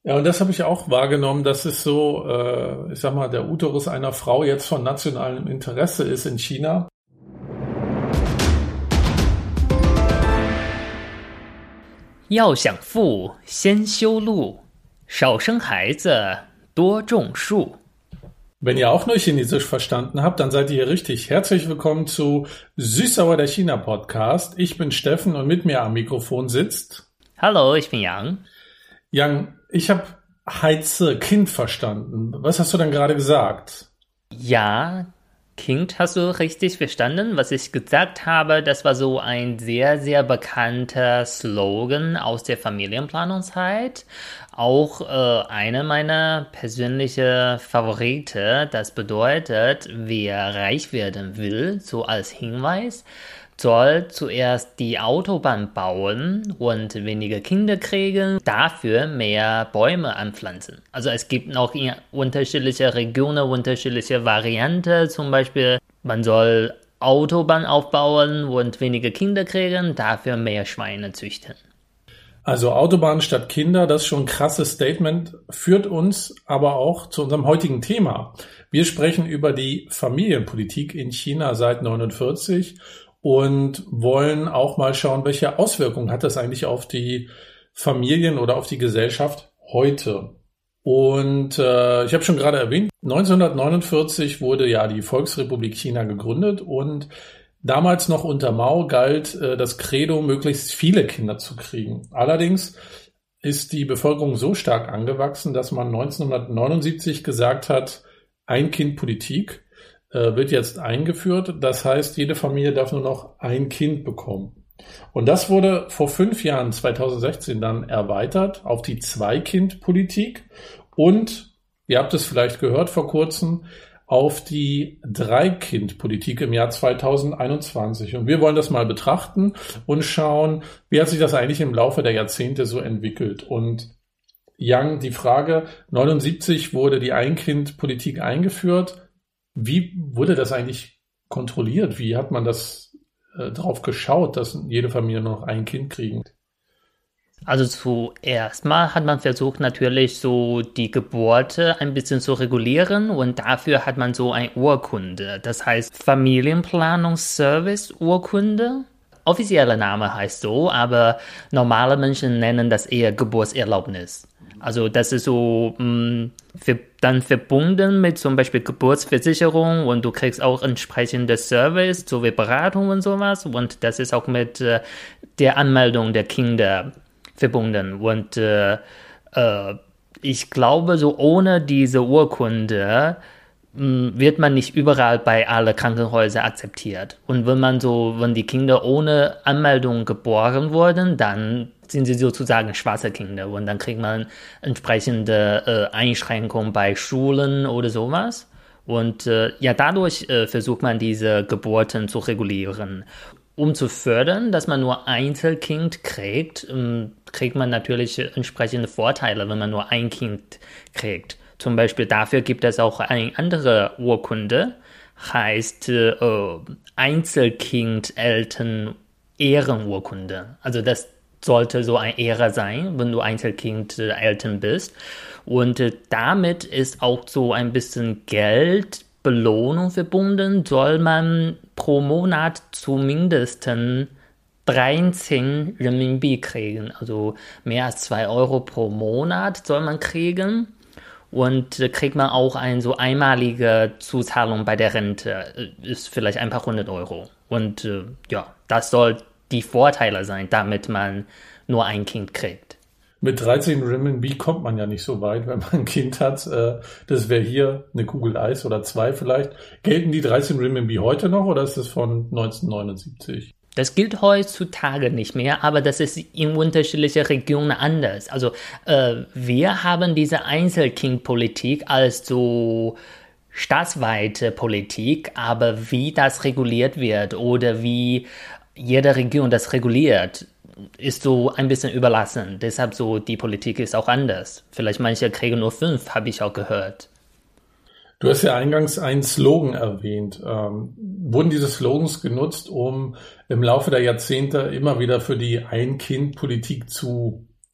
Ja, und das habe ich auch wahrgenommen, dass es so, ich sag mal, der Uterus einer Frau jetzt von nationalem Interesse ist in China. 要想富，先修路，少生孩子，多种树。 Wenn ihr auch nur Chinesisch verstanden habt, dann seid ihr hier richtig. Herzlich willkommen zu Süßsauer der China Podcast. Ich bin Steffen und mit mir am Mikrofon sitzt... Hallo, ich bin Yang. Yang, ich habe Heize Kind verstanden. Was hast du denn gerade gesagt? Ja, Kind hast du richtig verstanden. Was ich gesagt habe, das war so ein sehr, sehr bekannter Slogan aus der Familienplanungszeit. Auch einer meiner persönlichen Favoriten. Das bedeutet, wer reich werden will, so als Hinweis, soll zuerst die Autobahn bauen und weniger Kinder kriegen, dafür mehr Bäume anpflanzen. Also es gibt noch in unterschiedliche Regionen unterschiedliche Varianten. Zum Beispiel, man soll Autobahn aufbauen und weniger Kinder kriegen, dafür mehr Schweine züchten. Also Autobahn statt Kinder, das ist schon ein krasses Statement, führt uns aber auch zu unserem heutigen Thema. Wir sprechen über die Familienpolitik in China seit 1949 und wollen auch mal schauen, welche Auswirkungen hat das eigentlich auf die Familien oder auf die Gesellschaft heute. Und ich habe schon gerade erwähnt, 1949 wurde ja die Volksrepublik China gegründet und damals noch unter Mao galt das Credo, möglichst viele Kinder zu kriegen. Allerdings ist die Bevölkerung so stark angewachsen, dass man 1979 gesagt hat, Ein-Kind-Politik wird jetzt eingeführt. Das heißt, jede Familie darf nur noch ein Kind bekommen. Und das wurde vor 5 Jahren, 2016, dann erweitert auf die Zwei-Kind-Politik und, ihr habt es vielleicht gehört vor kurzem, auf die Drei-Kind-Politik im Jahr 2021. Und wir wollen das mal betrachten und schauen, wie hat sich das eigentlich im Laufe der Jahrzehnte so entwickelt. Und Yang, die Frage, 1979 wurde die Ein-Kind-Politik eingeführt. Wie wurde das eigentlich kontrolliert? Wie hat man das drauf geschaut, dass jede Familie nur noch ein Kind kriegt? Also zuerst mal hat man versucht, natürlich so die Geburten ein bisschen zu regulieren und dafür hat man so eine Urkunde. Das heißt Familienplanungsservice-Urkunde. Offizieller Name heißt so, aber normale Menschen nennen das eher Geburtserlaubnis. Also das ist so dann verbunden mit zum Beispiel Geburtsversicherung und du kriegst auch entsprechende Service, so wie Beratung und sowas und das ist auch mit der Anmeldung der Kinder verbunden. Und ich glaube, so ohne diese Urkunde wird man nicht überall bei allen Krankenhäusern akzeptiert. Und wenn die Kinder ohne Anmeldung geboren wurden, dann sind sie sozusagen schwarze Kinder und dann kriegt man entsprechende Einschränkungen bei Schulen oder sowas. Und dadurch versucht man diese Geburten zu regulieren. Um zu fördern, dass man nur Einzelkind kriegt, kriegt man natürlich entsprechende Vorteile, wenn man nur ein Kind kriegt. Zum Beispiel dafür gibt es auch eine andere Urkunde, heißt Einzelkind-Eltern-Ehrenurkunde. Also das sollte so eine Ehre sein, wenn du Einzelkind-Eltern bist. Und damit ist auch so ein bisschen Geldbelohnung verbunden, soll man pro Monat zumindest 13 Renminbi kriegen. Also mehr als 2 Euro pro Monat soll man kriegen. Und kriegt man auch eine so einmalige Zuzahlung bei der Rente. Ist vielleicht ein paar 100 Euro. Und das soll die Vorteile sein, damit man nur ein Kind kriegt. Mit 13 Renminbi kommt man ja nicht so weit, wenn man ein Kind hat. Das wäre hier eine Kugel Eis oder 2 vielleicht. Gelten die 13 Renminbi heute noch oder ist das von 1979? Das gilt heutzutage nicht mehr, aber das ist in unterschiedlichen Regionen anders. Also wir haben diese Einzelkindpolitik als so staatsweite Politik, aber wie das reguliert wird oder wie jede Region das reguliert, ist so ein bisschen überlassen. Deshalb so die Politik ist auch anders. Vielleicht manche kriegen nur 5, habe ich auch gehört. Du hast ja eingangs einen Slogan erwähnt. Wurden diese Slogans genutzt, um im Laufe der Jahrzehnte immer wieder für die Ein-Kind-Politik zu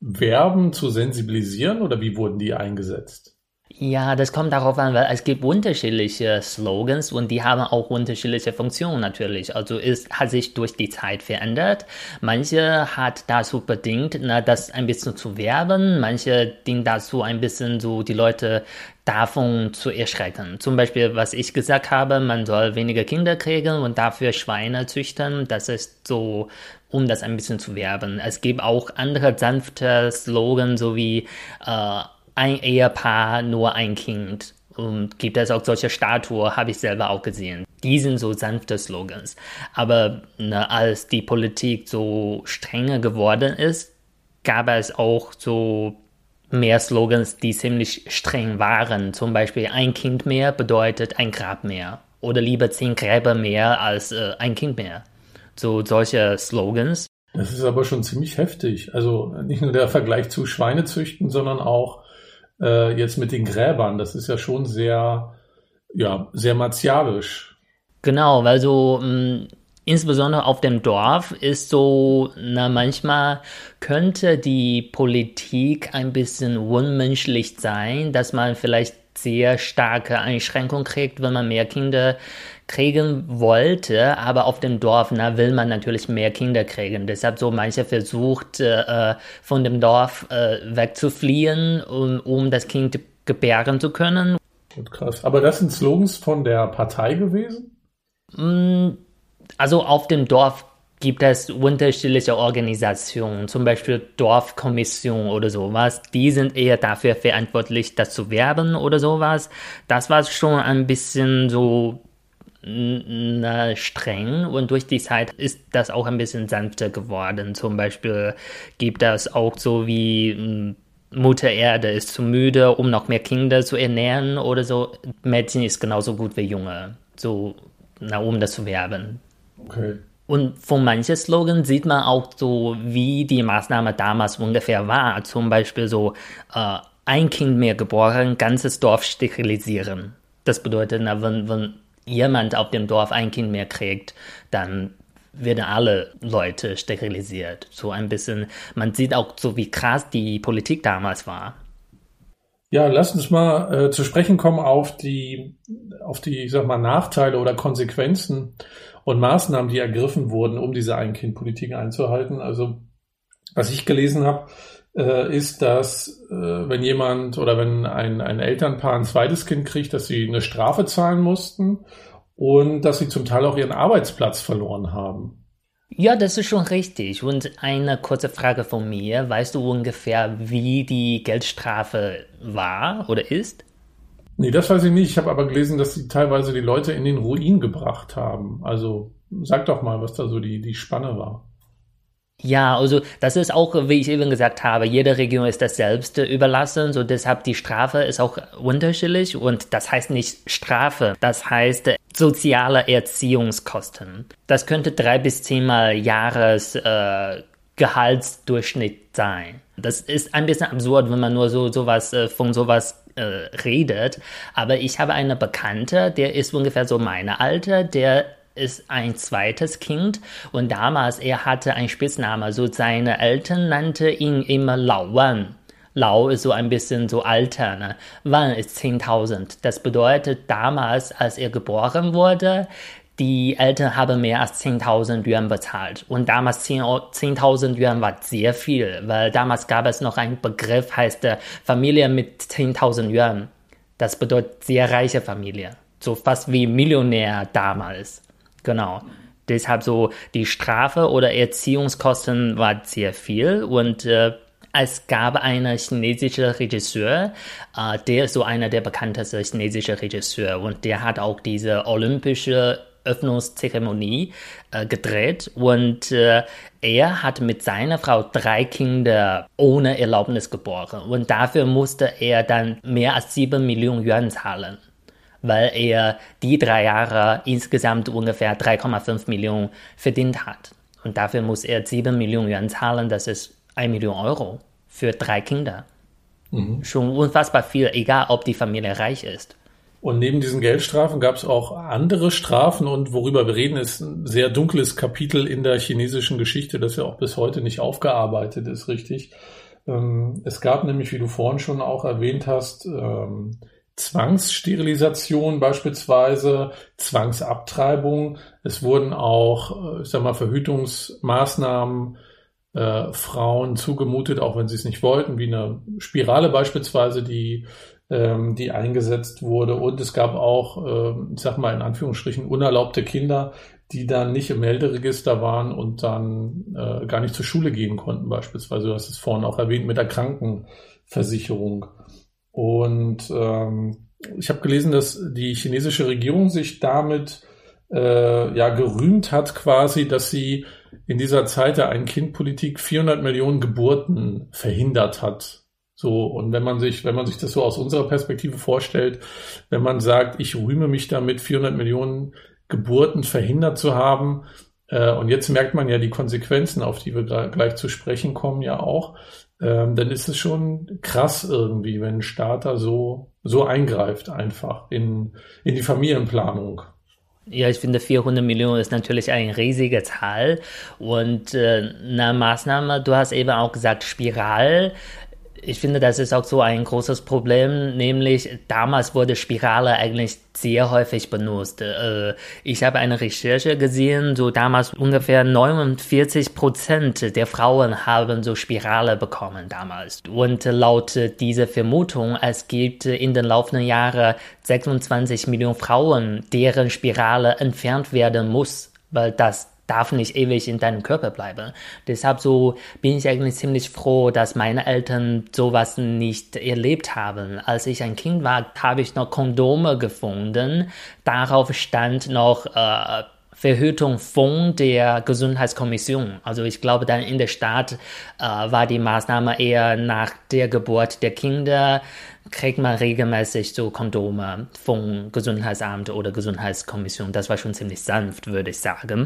werben, zu sensibilisieren oder wie wurden die eingesetzt? Ja, das kommt darauf an, weil es gibt unterschiedliche Slogans und die haben auch unterschiedliche Funktionen natürlich. Also es hat sich durch die Zeit verändert. Manche hat dazu bedingt, das ein bisschen zu werben. Manche dienen dazu ein bisschen so die Leute davon zu erschrecken. Zum Beispiel, was ich gesagt habe, man soll weniger Kinder kriegen und dafür Schweine züchten. Das ist so, um das ein bisschen zu werben. Es gibt auch andere sanfte Slogans, so wie ein Ehepaar, nur ein Kind. Und gibt es auch solche Statuen, habe ich selber auch gesehen. Die sind so sanfte Slogans. Aber als die Politik so strenger geworden ist, gab es auch so mehr Slogans, die ziemlich streng waren. Zum Beispiel ein Kind mehr bedeutet ein Grab mehr. Oder lieber 10 Gräber mehr als ein Kind mehr. So solche Slogans. Das ist aber schon ziemlich heftig. Also nicht nur der Vergleich zu Schweinezüchten, sondern auch jetzt mit den Gräbern. Das ist ja schon sehr, ja, sehr martialisch. Genau, weil so insbesondere auf dem Dorf ist so, manchmal könnte die Politik ein bisschen unmenschlich sein, dass man vielleicht sehr starke Einschränkungen kriegt, wenn man mehr Kinder kriegen wollte, aber auf dem Dorf, will man natürlich mehr Kinder kriegen. Deshalb so manche versucht, von dem Dorf wegzufliehen, um das Kind gebären zu können. Und krass. Aber das sind Slogans von der Partei gewesen? Also auf dem Dorf gibt es unterschiedliche Organisationen, zum Beispiel Dorfkommission oder sowas. Die sind eher dafür verantwortlich, das zu werben oder sowas. Das war schon ein bisschen so streng und durch die Zeit ist das auch ein bisschen sanfter geworden. Zum Beispiel gibt es auch so wie Mutter Erde ist zu müde, um noch mehr Kinder zu ernähren oder so. Mädchen ist genauso gut wie Junge, so um das zu werben. Okay. Und von manchen Slogans sieht man auch so, wie die Maßnahme damals ungefähr war. Zum Beispiel so, ein Kind mehr geboren, ganzes Dorf sterilisieren. Das bedeutet, wenn jemand auf dem Dorf ein Kind mehr kriegt, dann werden alle Leute sterilisiert. So ein bisschen, man sieht auch so, wie krass die Politik damals war. Ja, lass uns mal zu sprechen kommen auf die, ich sag mal, Nachteile oder Konsequenzen und Maßnahmen, die ergriffen wurden, um diese Ein-Kind-Politik einzuhalten. Also, was ich gelesen habe, ist, dass wenn jemand oder wenn ein Elternpaar ein zweites Kind kriegt, dass sie eine Strafe zahlen mussten und dass sie zum Teil auch ihren Arbeitsplatz verloren haben. Ja, das ist schon richtig. Und eine kurze Frage von mir. Weißt du ungefähr, wie die Geldstrafe war oder ist? Nee, das weiß ich nicht. Ich habe aber gelesen, dass sie teilweise die Leute in den Ruin gebracht haben. Also sag doch mal, was da so die Spanne war. Ja, also das ist auch, wie ich eben gesagt habe, jede Region ist das selbst überlassen, so deshalb die Strafe ist auch unterschiedlich und das heißt nicht Strafe, das heißt soziale Erziehungskosten. Das könnte 3 bis 10 Mal Gehaltsdurchschnitt sein. Das ist ein bisschen absurd, wenn man nur von sowas redet, aber ich habe eine Bekannte, der ist ungefähr so meine Alter, der ist ein zweites Kind und damals, er hatte einen Spitznamen, so seine Eltern nannte ihn immer Lao Wan. Lao ist so ein bisschen so Alter, ne? Wan ist 10.000. Das bedeutet, damals, als er geboren wurde, die Eltern haben mehr als 10.000 Yuan bezahlt. Und damals 10.000 Yuan war sehr viel, weil damals gab es noch einen Begriff, heißt Familie mit 10.000 Yuan. Das bedeutet sehr reiche Familie. So fast wie Millionär damals. Genau. Deshalb so die Strafe oder Erziehungskosten war sehr viel und es gab einen chinesischen Regisseur, der ist so einer der bekanntesten chinesischen Regisseure und der hat auch diese olympische Öffnungszeremonie gedreht und er hat mit seiner Frau 3 Kinder ohne Erlaubnis geboren und dafür musste er dann mehr als 7 Millionen Yuan zahlen, weil er die 3 Jahre insgesamt ungefähr 3,5 Millionen verdient hat. Und dafür muss er 7 Millionen Yuan zahlen, das ist 1 Million Euro für 3 Kinder. Schon unfassbar viel, egal ob die Familie reich ist. Und neben diesen Geldstrafen gab es auch andere Strafen und worüber wir reden, ist ein sehr dunkles Kapitel in der chinesischen Geschichte, das ja auch bis heute nicht aufgearbeitet ist, richtig. Es gab nämlich, wie du vorhin schon auch erwähnt hast, Zwangssterilisation beispielsweise, Zwangsabtreibung. Es wurden auch, ich sag mal, Verhütungsmaßnahmen Frauen zugemutet, auch wenn sie es nicht wollten, wie eine Spirale beispielsweise, die eingesetzt wurde. Und es gab auch, ich sag mal in Anführungsstrichen, unerlaubte Kinder, die dann nicht im Melderegister waren und dann gar nicht zur Schule gehen konnten beispielsweise. Du hast es vorhin auch erwähnt mit der Krankenversicherung. Und ich habe gelesen, dass die chinesische Regierung sich damit gerühmt hat quasi, dass sie in dieser Zeit der Ein-Kind-Politik 400 Millionen Geburten verhindert hat. So, und wenn man sich das so aus unserer Perspektive vorstellt, wenn man sagt, ich rühme mich damit, 400 Millionen Geburten verhindert zu haben, und jetzt merkt man ja die Konsequenzen, auf die wir gleich zu sprechen kommen, ja auch, dann ist es schon krass irgendwie, wenn ein Staat da so eingreift einfach in die Familienplanung. Ja, ich finde 400 Millionen ist natürlich eine riesige Zahl und eine Maßnahme, du hast eben auch gesagt, Spiral. Ich finde, das ist auch so ein großes Problem, nämlich damals wurde Spirale eigentlich sehr häufig benutzt. Ich habe eine Recherche gesehen, so damals ungefähr 49% der Frauen haben so Spirale bekommen damals. Und laut dieser Vermutung, es gibt in den laufenden Jahren 26 Millionen Frauen, deren Spirale entfernt werden muss, weil das darf nicht ewig in deinem Körper bleiben. Deshalb so bin ich eigentlich ziemlich froh, dass meine Eltern sowas nicht erlebt haben. Als ich ein Kind war, habe ich noch Kondome gefunden. Darauf stand noch Verhütung von der Gesundheitskommission. Also ich glaube, dann in der Stadt war die Maßnahme eher nach der Geburt der Kinder, kriegt man regelmäßig so Kondome vom Gesundheitsamt oder Gesundheitskommission. Das war schon ziemlich sanft, würde ich sagen.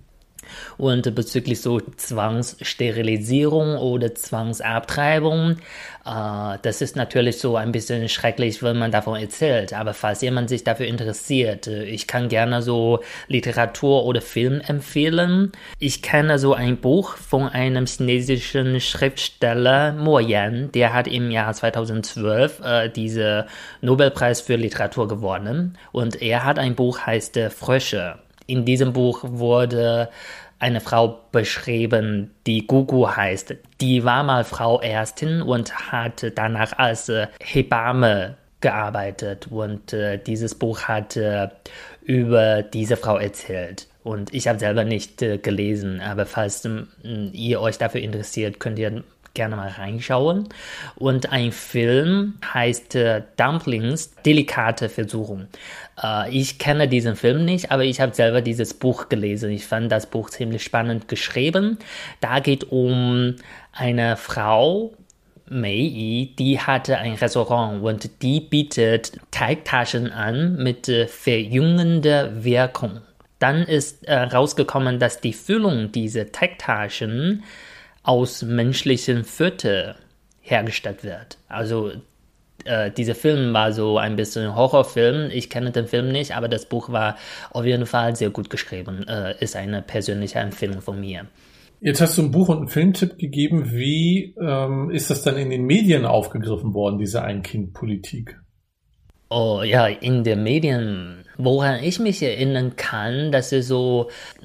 Und bezüglich so Zwangssterilisierung oder Zwangsabtreibung, das ist natürlich so ein bisschen schrecklich, wenn man davon erzählt. Aber falls jemand sich dafür interessiert, ich kann gerne so Literatur oder Film empfehlen. Ich kenne so ein Buch von einem chinesischen Schriftsteller, Mo Yan, der hat im Jahr 2012 diese Nobelpreis für Literatur gewonnen. Und er hat ein Buch, heißt Frösche. In diesem Buch wurde eine Frau beschrieben, die Gugu heißt. Die war mal Frau Ärztin und hat danach als Hebamme gearbeitet. Und dieses Buch hat über diese Frau erzählt. Und ich habe selber nicht gelesen, aber falls ihr euch dafür interessiert, könnt ihr gerne mal reinschauen. Und ein Film heißt Dumplings, delikate Versuchung. Ich kenne diesen Film nicht, aber ich habe selber dieses Buch gelesen. Ich fand das Buch ziemlich spannend geschrieben. Da geht um eine Frau, Mei Yi, die hatte ein Restaurant und die bietet Teigtaschen an mit verjüngender Wirkung. Dann ist rausgekommen, dass die Füllung dieser Teigtaschen aus menschlichen Futter hergestellt wird. Also dieser Film war so ein bisschen Horrorfilm. Ich kenne den Film nicht, aber das Buch war auf jeden Fall sehr gut geschrieben. Ist eine persönliche Empfehlung von mir. Jetzt hast du ein Buch und einen Filmtipp gegeben. Wie ist das dann in den Medien aufgegriffen worden, diese Ein-Kind-Politik? Oh ja, in den Medien, woran ich mich erinnern kann, dass es so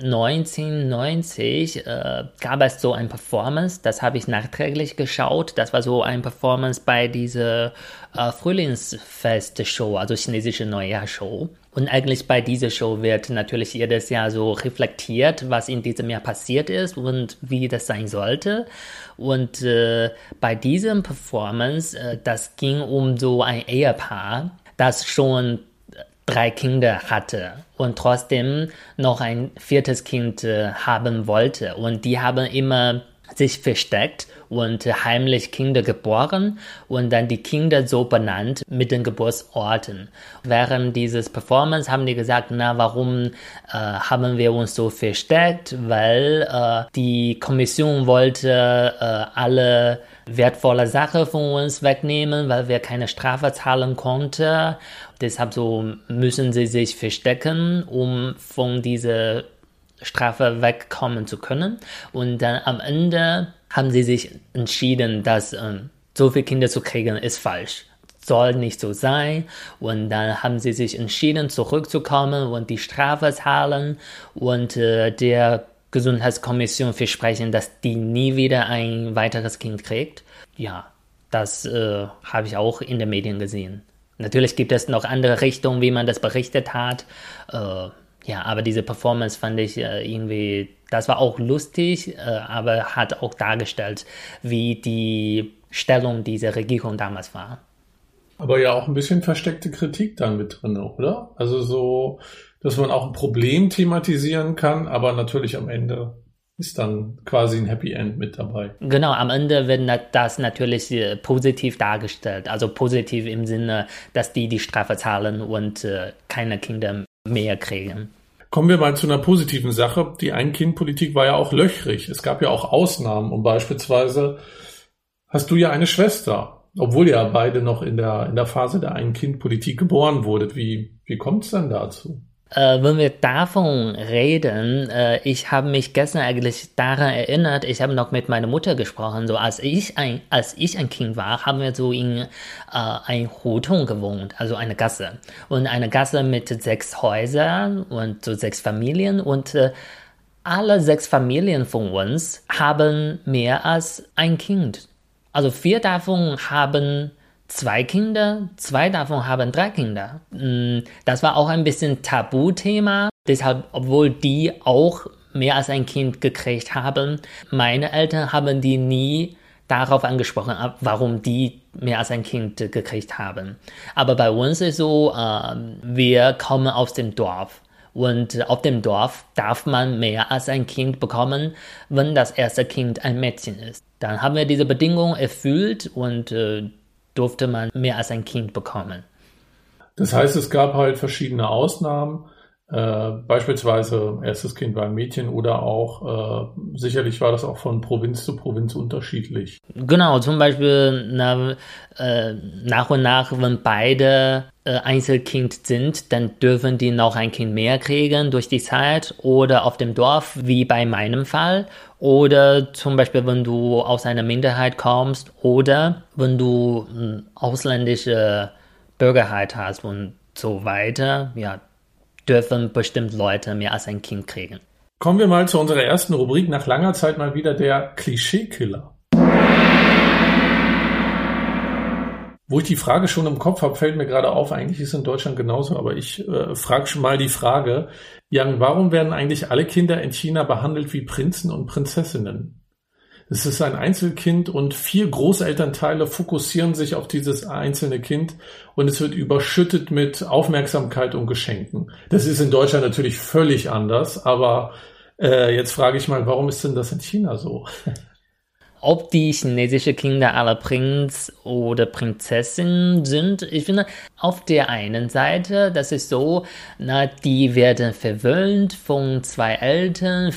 1990 gab es so ein Performance, das habe ich nachträglich geschaut, das war so ein Performance bei dieser Frühlingsfest-Show, also chinesische Neujahr-Show. Und eigentlich bei dieser Show wird natürlich jedes Jahr so reflektiert, was in diesem Jahr passiert ist und wie das sein sollte. Und bei diesem Performance, das ging um so ein Ehepaar, das schon 3 Kinder hatte und trotzdem noch ein 4. Kind haben wollte. Und die haben immer sich versteckt und heimlich Kinder geboren und dann die Kinder so benannt mit den Geburtsorten. Während dieses Performance haben die gesagt, na, warum haben wir uns so versteckt? Weil die Kommission wollte alle wertvolle Sachen von uns wegnehmen, weil wir keine Strafe zahlen konnten. Deshalb so müssen sie sich verstecken, um von dieser Strafe wegkommen zu können. Und dann am Ende haben sie sich entschieden, dass so viele Kinder zu kriegen ist falsch. Soll nicht so sein. Und dann haben sie sich entschieden, zurückzukommen und die Strafe zahlen und der Gesundheitskommission versprechen, dass die nie wieder ein weiteres Kind kriegt. Ja, das habe ich auch in den Medien gesehen. Natürlich gibt es noch andere Richtungen, wie man das berichtet hat. Ja, aber diese Performance fand ich irgendwie, das war auch lustig, aber hat auch dargestellt, wie die Stellung dieser Regierung damals war. Aber ja auch ein bisschen versteckte Kritik dann mit drin, oder? Also so, dass man auch ein Problem thematisieren kann, aber natürlich am Ende ist dann quasi ein Happy End mit dabei. Genau, am Ende wird das natürlich positiv dargestellt. Also positiv im Sinne, dass die Strafe zahlen und keine Kinder mehr kriegen. Kommen wir mal zu einer positiven Sache. Die Ein-Kind-Politik war ja auch löchrig. Es gab ja auch Ausnahmen. Und beispielsweise hast du ja eine Schwester. Obwohl ihr beide noch in der Phase der Ein-Kind-Politik geboren wurdet. Wie kommt es denn dazu? Wenn wir davon reden, ich habe mich gestern eigentlich daran erinnert, ich habe noch mit meiner Mutter gesprochen, so als ich ein Kind war, haben wir so in ein Hutung gewohnt, also eine Gasse. Und eine Gasse mit 6 Häusern und so 6 Familien und alle 6 Familien von uns haben mehr als ein Kind. Also 4 davon haben 2 Kinder, 2 davon haben 3 Kinder. Das war auch ein bisschen Tabuthema. Deshalb, obwohl die auch mehr als ein Kind gekriegt haben, meine Eltern haben die nie darauf angesprochen, warum die mehr als ein Kind gekriegt haben. Aber bei uns ist so, wir kommen aus dem Dorf. Und auf dem Dorf darf man mehr als ein Kind bekommen, wenn das erste Kind ein Mädchen ist. Dann haben wir diese Bedingung erfüllt und durfte man mehr als ein Kind bekommen. Das heißt, es gab halt verschiedene Ausnahmen. Beispielsweise erstes Kind war ein Mädchen oder auch, sicherlich war das auch von Provinz zu Provinz unterschiedlich. Genau, zum Beispiel nach und nach, wenn beide Einzelkind sind, dann dürfen die noch ein Kind mehr kriegen durch die Zeit oder auf dem Dorf, wie bei meinem Fall. Oder zum Beispiel, wenn du aus einer Minderheit kommst oder wenn du ausländische Bürgerheit hast und so weiter, ja, dürfen bestimmt Leute mehr als ein Kind kriegen. Kommen wir mal zu unserer ersten Rubrik. Nach langer Zeit mal wieder der Klischeekiller. Wo ich die Frage schon im Kopf habe, fällt mir gerade auf, eigentlich ist es in Deutschland genauso, aber ich frage schon mal die Frage, Yang, warum werden eigentlich alle Kinder in China behandelt wie Prinzen und Prinzessinnen? Es ist ein Einzelkind und 4 Großelternteile fokussieren sich auf dieses einzelne Kind und es wird überschüttet mit Aufmerksamkeit und Geschenken. Das ist in Deutschland natürlich völlig anders, aber jetzt frage ich mal, warum ist denn das in China so? Ob die chinesischen Kinder alle Prinz oder Prinzessin sind, ich finde, auf der einen Seite, das ist so, die werden verwöhnt von 2 Eltern,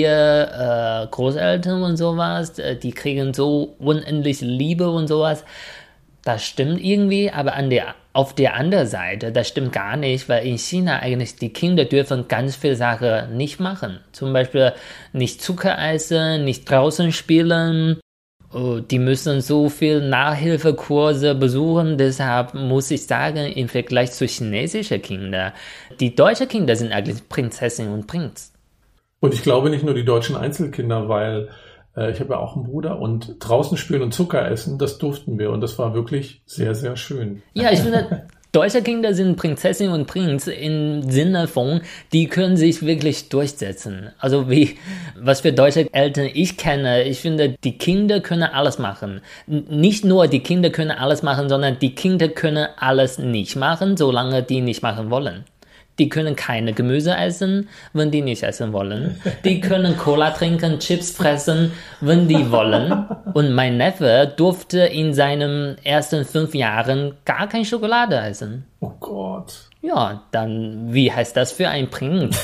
4 Großeltern und sowas, die kriegen so unendlich Liebe und sowas. Das stimmt irgendwie, aber auf der anderen Seite, das stimmt gar nicht, weil in China eigentlich die Kinder dürfen ganz viele Sachen nicht machen. Zum Beispiel nicht Zucker essen, nicht draußen spielen. Die müssen so viel Nachhilfekurse besuchen. Deshalb muss ich sagen, im Vergleich zu chinesischen Kindern, die deutschen Kinder sind eigentlich Prinzessin und Prinz. Und ich glaube nicht nur die deutschen Einzelkinder, weil ich habe ja auch einen Bruder und draußen spielen und Zucker essen, das durften wir und das war wirklich sehr, sehr schön. Ja, ich finde, deutsche Kinder sind Prinzessin und Prinz im Sinne von, die können sich wirklich durchsetzen. Also was für deutsche Eltern ich kenne, ich finde, die Kinder können alles machen. Nicht nur die Kinder können alles machen, sondern die Kinder können alles nicht machen, solange die nicht machen wollen. Die können keine Gemüse essen, wenn die nicht essen wollen. Die können Cola trinken, Chips fressen, wenn die wollen. Und mein Neffe durfte in seinen ersten 5 Jahren gar keine Schokolade essen. Oh Gott. Ja, dann, wie heißt das für ein Prinz?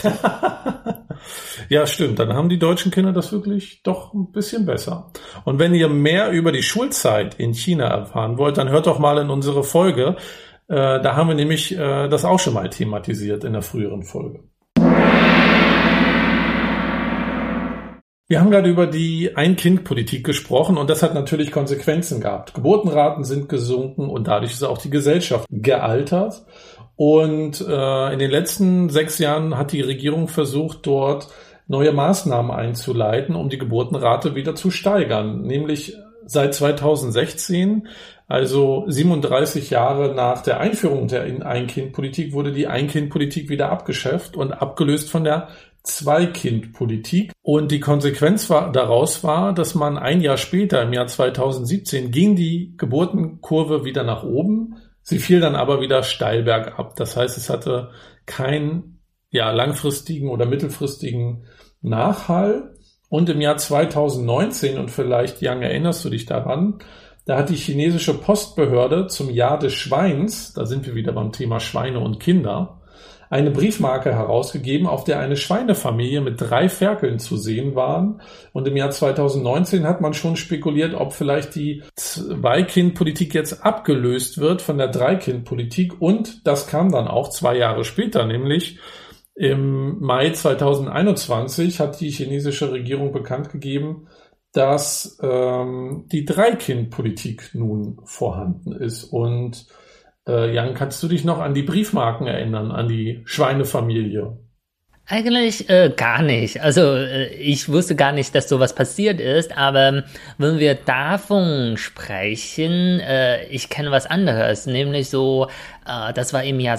Ja, stimmt. Dann haben die deutschen Kinder das wirklich doch ein bisschen besser. Und wenn ihr mehr über die Schulzeit in China erfahren wollt, dann hört doch mal in unsere Folge. Da haben wir nämlich das auch schon mal thematisiert in der früheren Folge. Wir haben gerade über die Ein-Kind-Politik gesprochen und das hat natürlich Konsequenzen gehabt. Geburtenraten sind gesunken und dadurch ist auch die Gesellschaft gealtert. Und in den letzten 6 Jahren hat die Regierung versucht, dort neue Maßnahmen einzuleiten, um die Geburtenrate wieder zu steigern. Nämlich seit 2016, also 37 Jahre nach der Einführung der Ein-Kind-Politik, wurde die Ein-Kind-Politik wieder abgeschafft und abgelöst von der Zwei-Kind-Politik. Und die Konsequenz daraus war, dass man ein Jahr später, im Jahr 2017, ging die Geburtenkurve wieder nach oben. Sie fiel dann aber wieder steil bergab. Das heißt, es hatte keinen langfristigen oder mittelfristigen Nachhall. Und im Jahr 2019, und vielleicht, Yang, erinnerst du dich daran, da hat die chinesische Postbehörde zum Jahr des Schweins, da sind wir wieder beim Thema Schweine und Kinder, eine Briefmarke herausgegeben, auf der eine Schweinefamilie mit 3 Ferkeln zu sehen waren. Und im Jahr 2019 hat man schon spekuliert, ob vielleicht die Zwei-Kind-Politik jetzt abgelöst wird von der Drei-Kind-Politik. Und das kam dann auch 2 Jahre später, nämlich im Mai 2021 hat die chinesische Regierung bekannt gegeben, dass die Drei-Kind-Politik nun vorhanden ist. Und Jan, kannst du dich noch an die Briefmarken erinnern, an die Schweinefamilie? Eigentlich gar nicht. Also ich wusste gar nicht, dass sowas passiert ist, aber wenn wir davon sprechen, ich kenne was anderes, nämlich so, das war im Jahr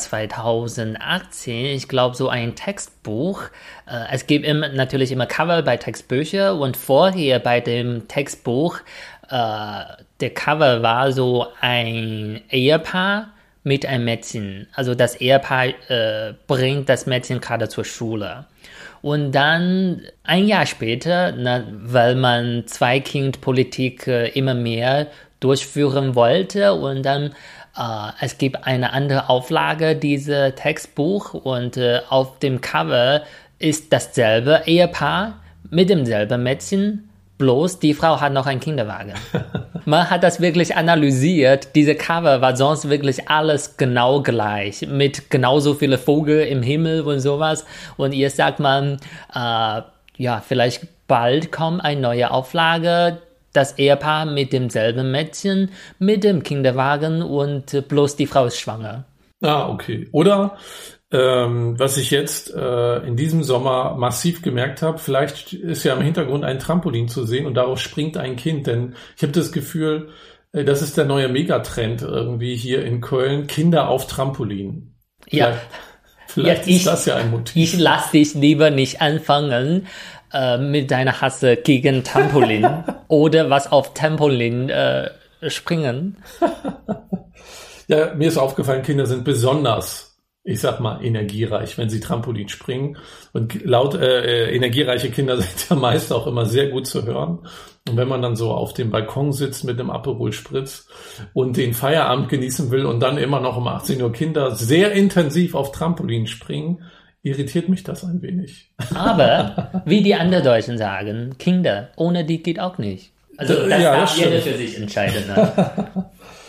2018, ich glaube so ein Textbuch. Es gibt natürlich immer Cover bei Textbüchern und vorher bei dem Textbuch, der Cover war so ein Ehepaar mit einem Mädchen. Also das Ehepaar bringt das Mädchen gerade zur Schule. Und dann ein Jahr später, weil man Zwei-Kind-Politik immer mehr durchführen wollte und dann es gibt eine andere Auflage dieses Textbuch und auf dem Cover ist dasselbe Ehepaar mit demselben Mädchen. Bloß die Frau hat noch einen Kinderwagen. Man hat das wirklich analysiert. Diese Cover war sonst wirklich alles genau gleich. Mit genauso viele Vögel im Himmel und sowas. Und jetzt sagt man, vielleicht bald kommt eine neue Auflage. Das Ehepaar mit demselben Mädchen, mit dem Kinderwagen und bloß die Frau ist schwanger. Ah, okay. Oder was ich jetzt in diesem Sommer massiv gemerkt habe, vielleicht ist ja im Hintergrund ein Trampolin zu sehen und darauf springt ein Kind, denn ich habe das Gefühl, das ist der neue Megatrend irgendwie hier in Köln, Kinder auf Trampolin. Vielleicht ist das ja ein Motiv. Ich lass dich lieber nicht anfangen mit deiner Hasse gegen Trampolin oder was auf Trampolin springen. Ja, mir ist aufgefallen, Kinder sind besonders, ich sag mal, energiereich, wenn sie Trampolin springen. Und energiereiche Kinder sind ja meist auch immer sehr gut zu hören. Und wenn man dann so auf dem Balkon sitzt mit dem Aperol Spritz und den Feierabend genießen will und dann immer noch um 18 Uhr Kinder sehr intensiv auf Trampolin springen, irritiert mich das ein wenig. Aber, wie die anderen Deutschen sagen, Kinder, ohne die geht auch nicht. Also das darf jeder für sich entscheiden. Ne?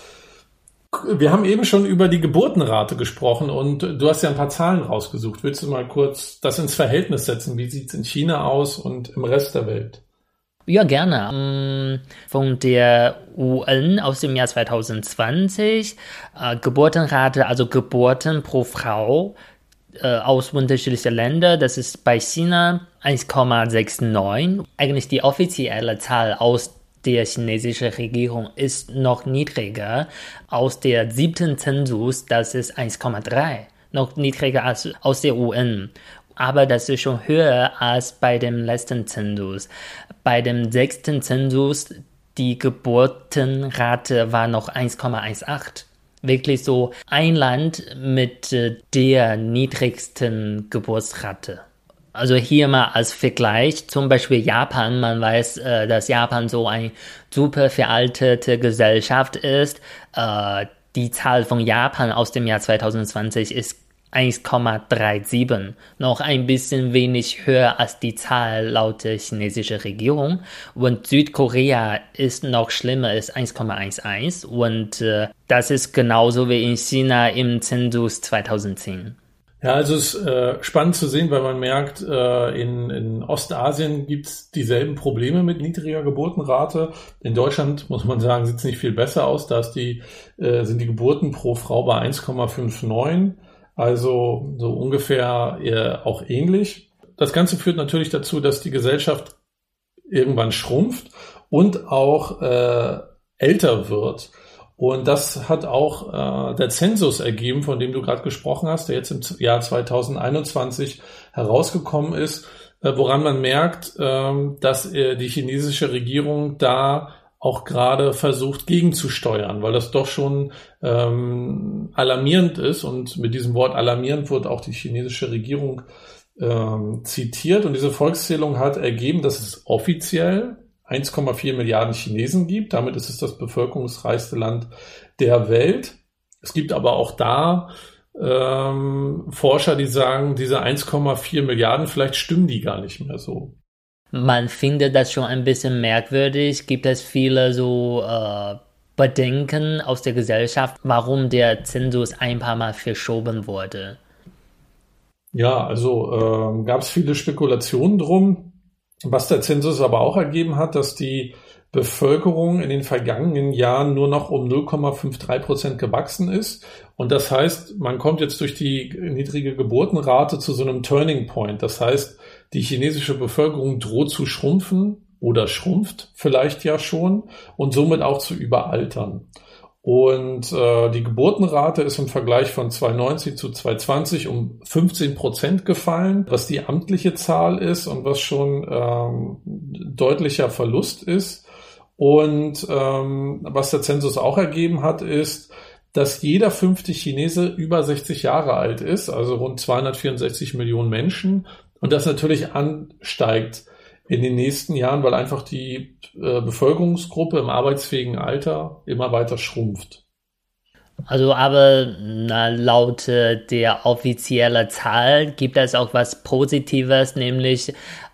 Wir haben eben schon über die Geburtenrate gesprochen und du hast ja ein paar Zahlen rausgesucht. Willst du mal kurz das ins Verhältnis setzen? Wie sieht's in China aus und im Rest der Welt? Ja, gerne. Von der UN aus dem Jahr 2020, Geburtenrate, also Geburten pro Frau aus unterschiedlichen Ländern, das ist bei China 1,69. Eigentlich die offizielle Zahl aus der chinesischen Regierung ist noch niedriger. Aus der 7. Zensus, das ist 1,3. Noch niedriger als aus der UN. Aber das ist schon höher als bei dem letzten Zensus. Bei dem 6. Zensus, die Geburtenrate war noch 1,18. Wirklich so ein Land mit der niedrigsten Geburtsrate. Also hier mal als Vergleich, zum Beispiel Japan, man weiß, dass Japan so eine super veraltete Gesellschaft ist. Die Zahl von Japan aus dem Jahr 2020 ist 1,37, noch ein bisschen wenig höher als die Zahl laut der chinesischen Regierung. Und Südkorea ist noch schlimmer, ist 1,11 und das ist genauso wie in China im Zensus 2010. Ja, also es ist spannend zu sehen, weil man merkt, in Ostasien gibt's dieselben Probleme mit niedriger Geburtenrate. In Deutschland, muss man sagen, sieht's nicht viel besser aus. Da sind die Geburten pro Frau bei 1,59, also so ungefähr auch ähnlich. Das Ganze führt natürlich dazu, dass die Gesellschaft irgendwann schrumpft und auch älter wird. Und das hat auch der Zensus ergeben, von dem du gerade gesprochen hast, der jetzt im Jahr 2021 herausgekommen ist, woran man merkt, dass die chinesische Regierung da auch gerade versucht gegenzusteuern, weil das doch schon alarmierend ist. Und mit diesem Wort alarmierend wird auch die chinesische Regierung zitiert. Und diese Volkszählung hat ergeben, dass es offiziell 1,4 Milliarden Chinesen gibt. Damit ist es das bevölkerungsreichste Land der Welt. Es gibt aber auch da Forscher, die sagen, diese 1,4 Milliarden, vielleicht stimmen die gar nicht mehr so. Man findet das schon ein bisschen merkwürdig. Gibt es viele so Bedenken aus der Gesellschaft, warum der Zensus ein paar Mal verschoben wurde? Ja, also gab es viele Spekulationen drum. Was der Zensus aber auch ergeben hat, dass die Bevölkerung in den vergangenen Jahren nur noch um 0,53% gewachsen ist. Und das heißt, man kommt jetzt durch die niedrige Geburtenrate zu so einem Turning Point. Das heißt, die chinesische Bevölkerung droht zu schrumpfen oder schrumpft vielleicht ja schon und somit auch zu überaltern. Und die Geburtenrate ist im Vergleich von 2019 zu 2020 um 15% gefallen, was die amtliche Zahl ist und was schon deutlicher Verlust ist. Und was der Zensus auch ergeben hat, ist, dass jeder 5. Chinese über 60 Jahre alt ist, also rund 264 Millionen Menschen. Und das natürlich ansteigt in den nächsten Jahren, weil einfach die Bevölkerungsgruppe im arbeitsfähigen Alter immer weiter schrumpft. Also aber laut der offiziellen Zahl gibt es auch was Positives, nämlich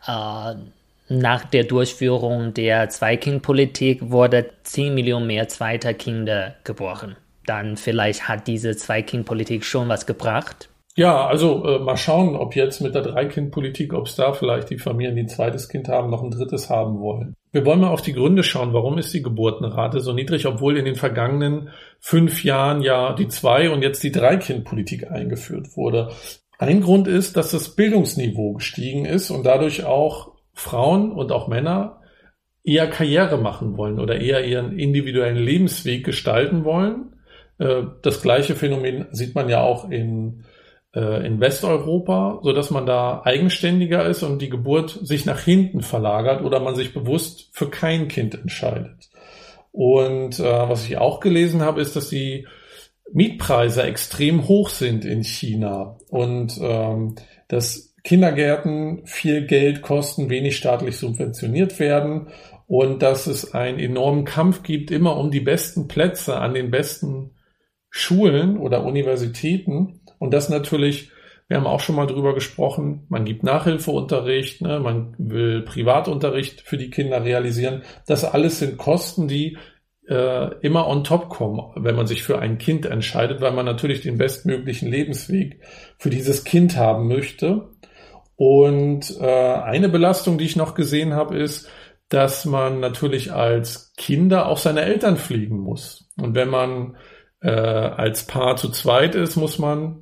nach der Durchführung der Zwei-Kind-Politik wurde 10 Millionen mehr zweite Kinder geboren. Dann vielleicht hat diese Zwei-Kind-Politik schon was gebracht. Ja, also mal schauen, ob jetzt mit der Drei-Kind-Politik, ob es da vielleicht die Familien, die ein zweites Kind haben, noch ein drittes haben wollen. Wir wollen mal auf die Gründe schauen. Warum ist die Geburtenrate so niedrig, obwohl in den vergangenen 5 Jahren ja die Zwei- und jetzt die Drei-Kind-Politik eingeführt wurde? Ein Grund ist, dass das Bildungsniveau gestiegen ist und dadurch auch Frauen und auch Männer eher Karriere machen wollen oder eher ihren individuellen Lebensweg gestalten wollen. Das gleiche Phänomen sieht man ja auch in Westeuropa, so dass man da eigenständiger ist und die Geburt sich nach hinten verlagert oder man sich bewusst für kein Kind entscheidet. Und was ich auch gelesen habe, ist, dass die Mietpreise extrem hoch sind in China und dass Kindergärten viel Geld kosten, wenig staatlich subventioniert werden und dass es einen enormen Kampf gibt, immer um die besten Plätze an den besten Schulen oder Universitäten. Und das natürlich, wir haben auch schon mal drüber gesprochen, man gibt Nachhilfeunterricht, ne, man will Privatunterricht für die Kinder realisieren. Das alles sind Kosten, die immer on top kommen, wenn man sich für ein Kind entscheidet, weil man natürlich den bestmöglichen Lebensweg für dieses Kind haben möchte. Und eine Belastung, die ich noch gesehen habe, ist, dass man natürlich als Kinder auf seine Eltern pflegen muss. Und wenn man als Paar zu zweit ist, muss man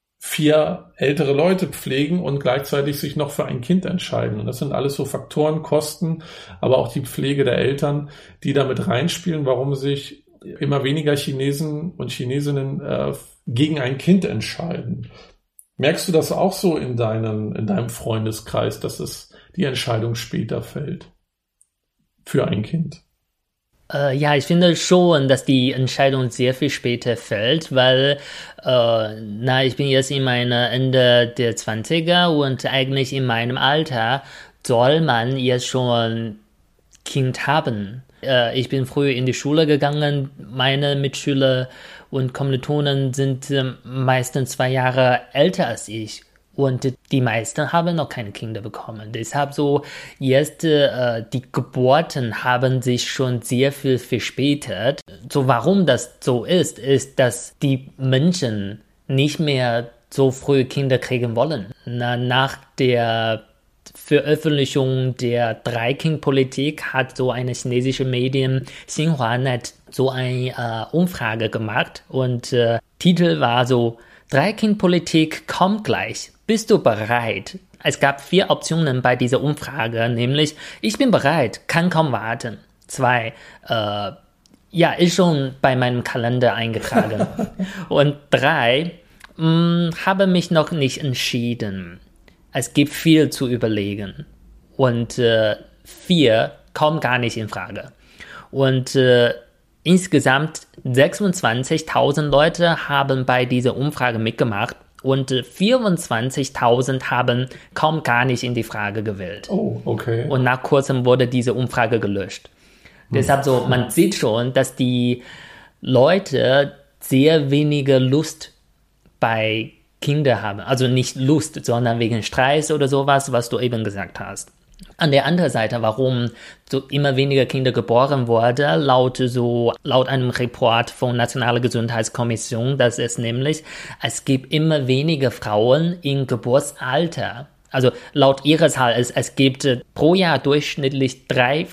4 ältere Leute pflegen und gleichzeitig sich noch für ein Kind entscheiden. Und das sind alles so Faktoren, Kosten, aber auch die Pflege der Eltern, die damit reinspielen, warum sich immer weniger Chinesen und Chinesinnen gegen ein Kind entscheiden. Merkst du das auch so in deinem Freundeskreis, dass es die Entscheidung später fällt für ein Kind? Ja, ich finde schon, dass die Entscheidung sehr viel später fällt, weil ich bin jetzt in meiner Ende der 20er und eigentlich in meinem Alter soll man jetzt schon Kind haben. Ich bin früh in die Schule gegangen, meine Mitschüler und Kommilitonen sind meistens 2 Jahre älter als ich. Und die meisten haben noch keine Kinder bekommen. Deshalb so jetzt die Geburten haben sich schon sehr viel verspätet. So warum das so ist, dass die Menschen nicht mehr so früh Kinder kriegen wollen. Nach der Veröffentlichung der Drei-Kind-Politik hat so eine chinesische Medien Xinhua-Net so eine Umfrage gemacht und Titel war so: Drei-Kind-Politik kommt gleich. Bist du bereit? Es gab 4 Optionen bei dieser Umfrage, nämlich: Ich bin bereit, kann kaum warten. 2, ja, ist schon bei meinem Kalender eingetragen. Und 3, habe mich noch nicht entschieden. Es gibt viel zu überlegen. Und 4 kommt gar nicht in Frage. Und insgesamt 26.000 Leute haben bei dieser Umfrage mitgemacht und 24.000 haben kaum gar nicht in die Frage gewählt. Oh, okay. Und nach kurzem wurde diese Umfrage gelöscht. Deshalb so, man sieht schon, dass die Leute sehr wenige Lust bei Kinder haben. Also nicht Lust, sondern wegen Stress oder sowas, was du eben gesagt hast. An der anderen Seite, warum so immer weniger Kinder geboren wurden, laut einem Report von Nationaler Gesundheitskommission, das ist nämlich, es gibt immer weniger Frauen im Geburtsalter. Also laut ihrer Zahl, es gibt pro Jahr durchschnittlich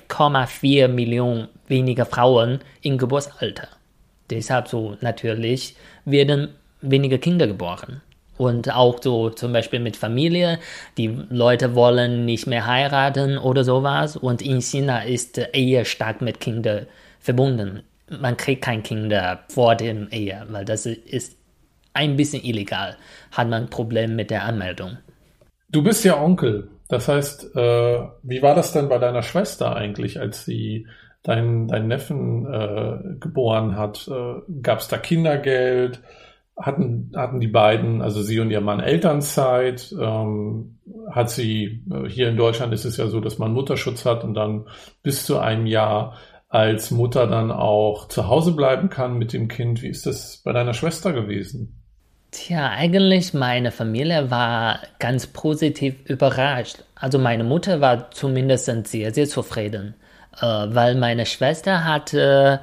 3,4 Millionen weniger Frauen im Geburtsalter. Deshalb so natürlich werden weniger Kinder geboren. Und auch so zum Beispiel mit Familie, die Leute wollen nicht mehr heiraten oder sowas. Und in China ist Ehe stark mit Kindern verbunden. Man kriegt kein Kinder vor dem Ehe, weil das ist ein bisschen illegal. Hat man ein Problem mit der Anmeldung. Du bist ja Onkel. Das heißt, wie war das denn bei deiner Schwester eigentlich, als sie deinen Neffen geboren hat? Gab es da Kindergeld? Hatten die beiden, also sie und ihr Mann, Elternzeit? Hat sie, hier in Deutschland ist es ja so, dass man Mutterschutz hat und dann bis zu einem Jahr als Mutter dann auch zu Hause bleiben kann mit dem Kind. Wie ist das bei deiner Schwester gewesen? Tja, eigentlich meine Familie war ganz positiv überrascht. Also meine Mutter war zumindest sehr, sehr zufrieden, weil meine Schwester hatte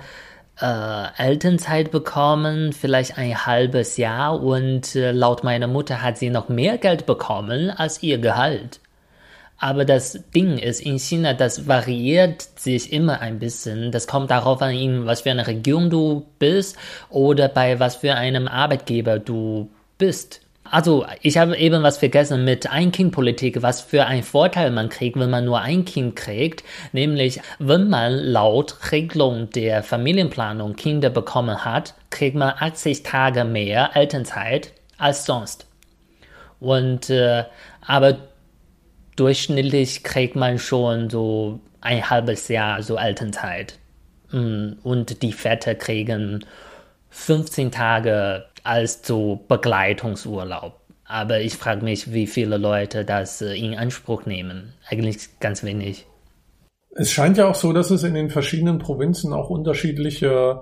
Elternzeit bekommen, vielleicht ein halbes Jahr und laut meiner Mutter hat sie noch mehr Geld bekommen als ihr Gehalt. Aber das Ding ist, in China, das variiert sich immer ein bisschen. Das kommt darauf an, was für eine Region du bist oder bei was für einem Arbeitgeber du bist. Also, ich habe eben was vergessen mit Ein-Kind-Politik, was für einen Vorteil man kriegt, wenn man nur ein Kind kriegt. Nämlich, wenn man laut Regelung der Familienplanung Kinder bekommen hat, kriegt man 80 Tage mehr Elternzeit als sonst. Und, aber durchschnittlich kriegt man schon so ein halbes Jahr so Elternzeit. Und die Väter kriegen 15 Tage als so Begleitungsurlaub. Aber ich frage mich, wie viele Leute das in Anspruch nehmen. Eigentlich ganz wenig. Es scheint ja auch so, dass es in den verschiedenen Provinzen auch unterschiedliche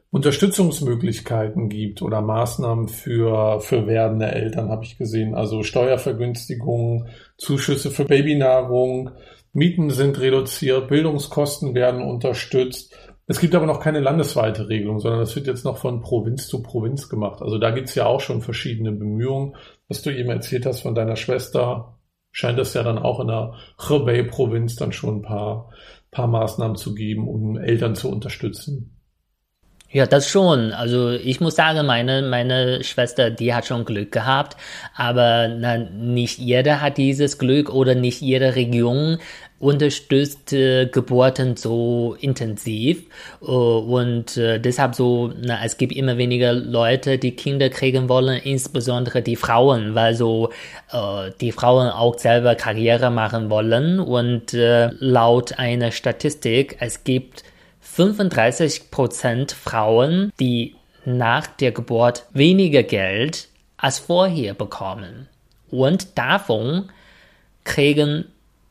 Unterstützungsmöglichkeiten gibt oder Maßnahmen für werdende Eltern, habe ich gesehen. Also Steuervergünstigungen, Zuschüsse für Babynahrung, Mieten sind reduziert, Bildungskosten werden unterstützt. Es gibt aber noch keine landesweite Regelung, sondern das wird jetzt noch von Provinz zu Provinz gemacht. Also da gibt es ja auch schon verschiedene Bemühungen. Was du eben erzählt hast von deiner Schwester, scheint es ja dann auch in der Hebei-Provinz dann schon ein paar Maßnahmen zu geben, um Eltern zu unterstützen. Ja, das schon. Also ich muss sagen, meine Schwester, die hat schon Glück gehabt, aber nicht jeder hat dieses Glück oder nicht jede Region unterstützt Geburten so intensiv und deshalb so, es gibt immer weniger Leute, die Kinder kriegen wollen, insbesondere die Frauen, weil so die Frauen auch selber Karriere machen wollen und laut einer Statistik, es gibt 35% Frauen, die nach der Geburt weniger Geld als vorher bekommen. Und davon kriegen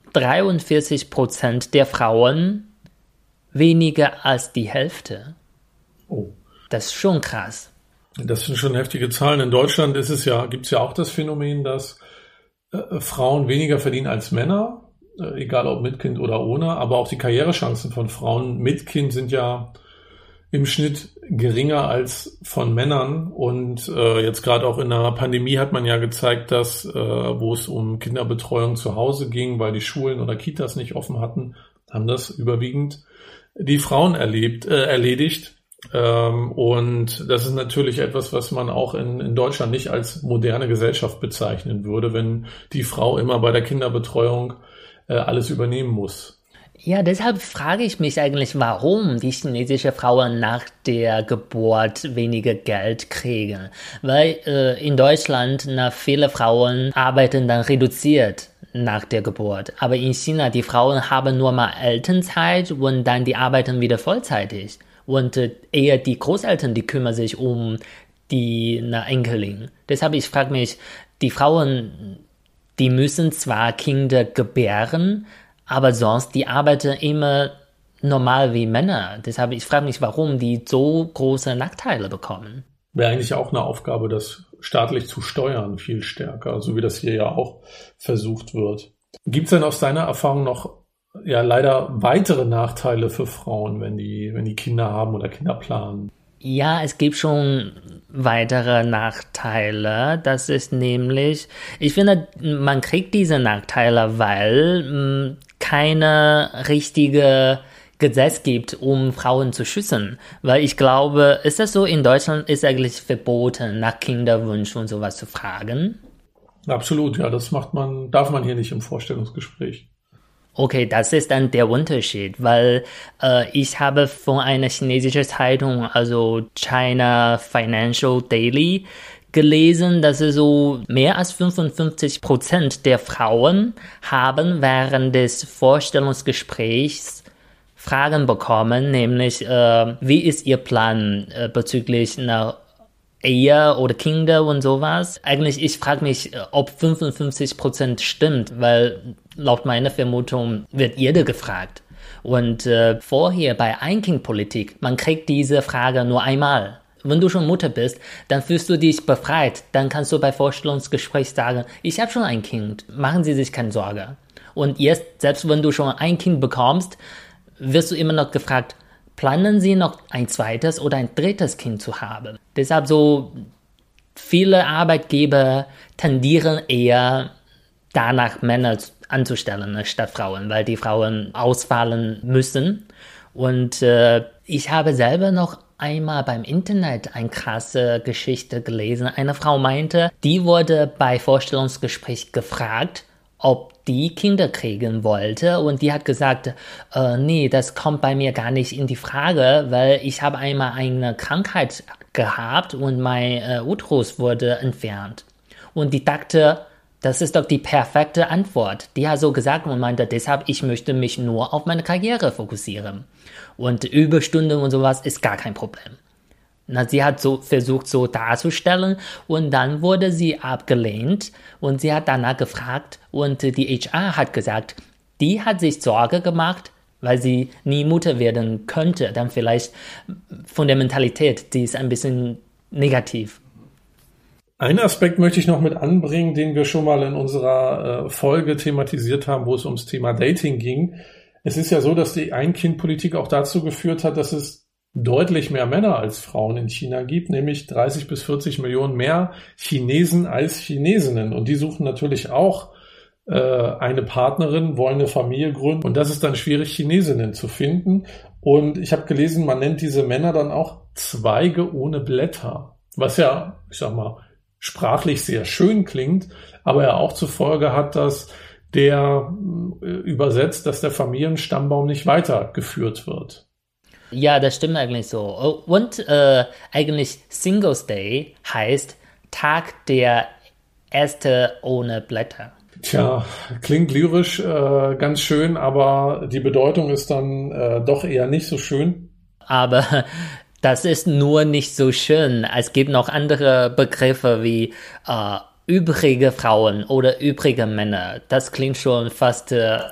43% der Frauen weniger als die Hälfte. Oh. Das ist schon krass. Das sind schon heftige Zahlen. In Deutschland gibt es ja auch das Phänomen, dass Frauen weniger verdienen als Männer. Egal ob mit Kind oder ohne, aber auch die Karrierechancen von Frauen mit Kind sind ja im Schnitt geringer als von Männern. Und jetzt gerade auch in der Pandemie hat man ja gezeigt, dass wo es um Kinderbetreuung zu Hause ging, weil die Schulen oder Kitas nicht offen hatten, haben das überwiegend die Frauen erledigt. Und das ist natürlich etwas, was man auch in Deutschland nicht als moderne Gesellschaft bezeichnen würde, wenn die Frau immer bei der Kinderbetreuung alles übernehmen muss. Ja, deshalb frage ich mich eigentlich, warum die chinesischen Frauen nach der Geburt weniger Geld kriegen. Weil in Deutschland viele Frauen arbeiten dann reduziert nach der Geburt. Aber in China, die Frauen haben nur mal Elternzeit und dann die arbeiten wieder vollzeitig. Und eher die Großeltern, die kümmern sich um die Enkelin. Deshalb, ich frage mich, die Frauen, die müssen zwar Kinder gebären, aber sonst, die arbeiten immer normal wie Männer. Deshalb, ich frage mich, warum die so große Nachteile bekommen. Wäre eigentlich auch eine Aufgabe, das staatlich zu steuern, viel stärker, so wie das hier ja auch versucht wird. Gibt es denn aus deiner Erfahrung noch leider weitere Nachteile für Frauen, wenn die Kinder haben oder Kinder planen? Ja, es gibt schon weitere Nachteile. Das ist nämlich, ich finde, man kriegt diese Nachteile, weil keine richtige Gesetz gibt, um Frauen zu schützen. Weil ich glaube, ist das so, in Deutschland ist eigentlich verboten, nach Kinderwunsch und sowas zu fragen? Absolut, ja, darf man hier nicht im Vorstellungsgespräch. Okay, das ist dann der Unterschied, weil ich habe von einer chinesischen Zeitung, also China Financial Daily, gelesen, dass es so mehr als 55% der Frauen haben während des Vorstellungsgesprächs Fragen bekommen, nämlich wie ist ihr Plan bezüglich einer Ehe oder Kinder und sowas. Eigentlich, ich frage mich, ob 55% stimmt, weil laut meiner Vermutung wird jeder gefragt. Und vorher bei Ein-Kind-Politik, man kriegt diese Frage nur einmal. Wenn du schon Mutter bist, dann fühlst du dich befreit. Dann kannst du bei Vorstellungsgespräch sagen, ich habe schon ein Kind, machen Sie sich keine Sorge. Und jetzt, selbst wenn du schon ein Kind bekommst, wirst du immer noch gefragt, planen Sie noch ein zweites oder ein drittes Kind zu haben? Deshalb so viele Arbeitgeber tendieren eher danach, Männer anzustellen statt Frauen, weil die Frauen ausfallen müssen. Und ich habe selber noch einmal beim Internet eine krasse Geschichte gelesen. Eine Frau meinte, die wurde bei Vorstellungsgespräch gefragt, ob die Kinder kriegen wollte, und die hat gesagt, nee, das kommt bei mir gar nicht in die Frage, weil ich habe einmal eine Krankheit gehabt und mein Uterus wurde entfernt. Und die dachte, das ist doch die perfekte Antwort. Die hat so gesagt und meinte, deshalb, ich möchte mich nur auf meine Karriere fokussieren. Und Überstunden und sowas ist gar kein Problem. Na, sie hat so versucht, so darzustellen, und dann wurde sie abgelehnt und sie hat danach gefragt und die HR hat gesagt, die hat sich Sorge gemacht, weil sie nie Mutter werden könnte. Dann vielleicht von der Mentalität, die ist ein bisschen negativ. Einen Aspekt möchte ich noch mit anbringen, den wir schon mal in unserer Folge thematisiert haben, wo es ums Thema Dating ging. Es ist ja so, dass die Ein-Kind-Politik auch dazu geführt hat, dass es deutlich mehr Männer als Frauen in China gibt, nämlich 30 bis 40 Millionen mehr Chinesen als Chinesinnen. Und die suchen natürlich auch eine Partnerin, wollen eine Familie gründen. Und das ist dann schwierig, Chinesinnen zu finden. Und ich habe gelesen, man nennt diese Männer dann auch Zweige ohne Blätter. Was ja, ich sag mal, sprachlich sehr schön klingt, aber ja auch zur Folge hat, dass der übersetzt, dass der Familienstammbaum nicht weitergeführt wird. Ja, das stimmt eigentlich so. Und eigentlich Singles Day heißt Tag der Äste ohne Blätter. Tja, klingt lyrisch ganz schön, aber die Bedeutung ist dann doch eher nicht so schön. Aber das ist nur nicht so schön. Es gibt noch andere Begriffe wie übrige Frauen oder übrige Männer. Das klingt schon fast,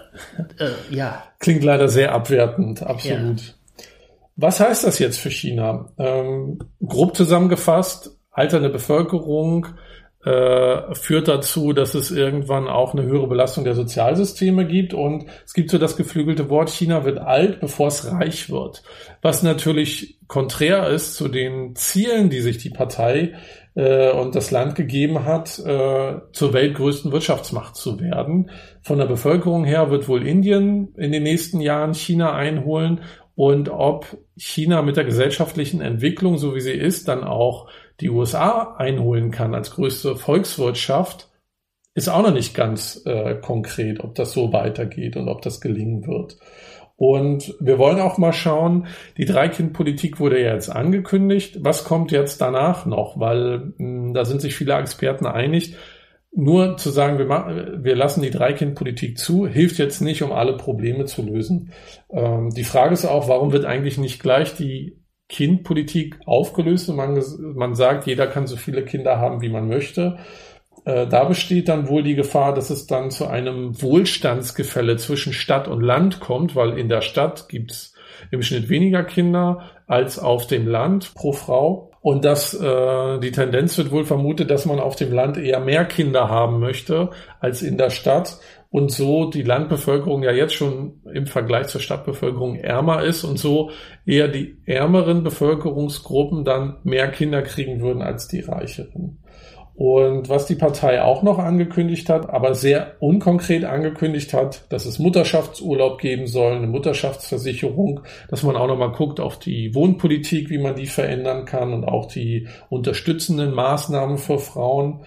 ja. Klingt leider sehr abwertend, absolut. Ja. Was heißt das jetzt für China? Grob zusammengefasst, alternde Bevölkerung, führt dazu, dass es irgendwann auch eine höhere Belastung der Sozialsysteme gibt. Und es gibt so das geflügelte Wort, China wird alt, bevor es reich wird. Was natürlich konträr ist zu den Zielen, die sich die Partei und das Land gegeben hat, zur weltgrößten Wirtschaftsmacht zu werden. Von der Bevölkerung her wird wohl Indien in den nächsten Jahren China einholen. Und ob China mit der gesellschaftlichen Entwicklung, so wie sie ist, dann auch die USA einholen kann als größte Volkswirtschaft, ist auch noch nicht ganz konkret, ob das so weitergeht und ob das gelingen wird. Und wir wollen auch mal schauen, die Drei-Kind-Politik wurde ja jetzt angekündigt. Was kommt jetzt danach noch? Weil da sind sich viele Experten einig. Nur zu sagen, wir lassen die Drei-Kind-Politik zu, hilft jetzt nicht, um alle Probleme zu lösen. Die Frage ist auch, warum wird eigentlich nicht gleich die Kindpolitik aufgelöst und man sagt, jeder kann so viele Kinder haben, wie man möchte. Da besteht dann wohl die Gefahr, dass es dann zu einem Wohlstandsgefälle zwischen Stadt und Land kommt, weil in der Stadt gibt's im Schnitt weniger Kinder als auf dem Land pro Frau. Und die Tendenz wird wohl vermutet, dass man auf dem Land eher mehr Kinder haben möchte als in der Stadt. Und so die Landbevölkerung ja jetzt schon im Vergleich zur Stadtbevölkerung ärmer ist und so eher die ärmeren Bevölkerungsgruppen dann mehr Kinder kriegen würden als die reicheren. Und was die Partei auch noch angekündigt hat, aber sehr unkonkret angekündigt hat, dass es Mutterschaftsurlaub geben soll, eine Mutterschaftsversicherung, dass man auch noch mal guckt auf die Wohnpolitik, wie man die verändern kann und auch die unterstützenden Maßnahmen für Frauen.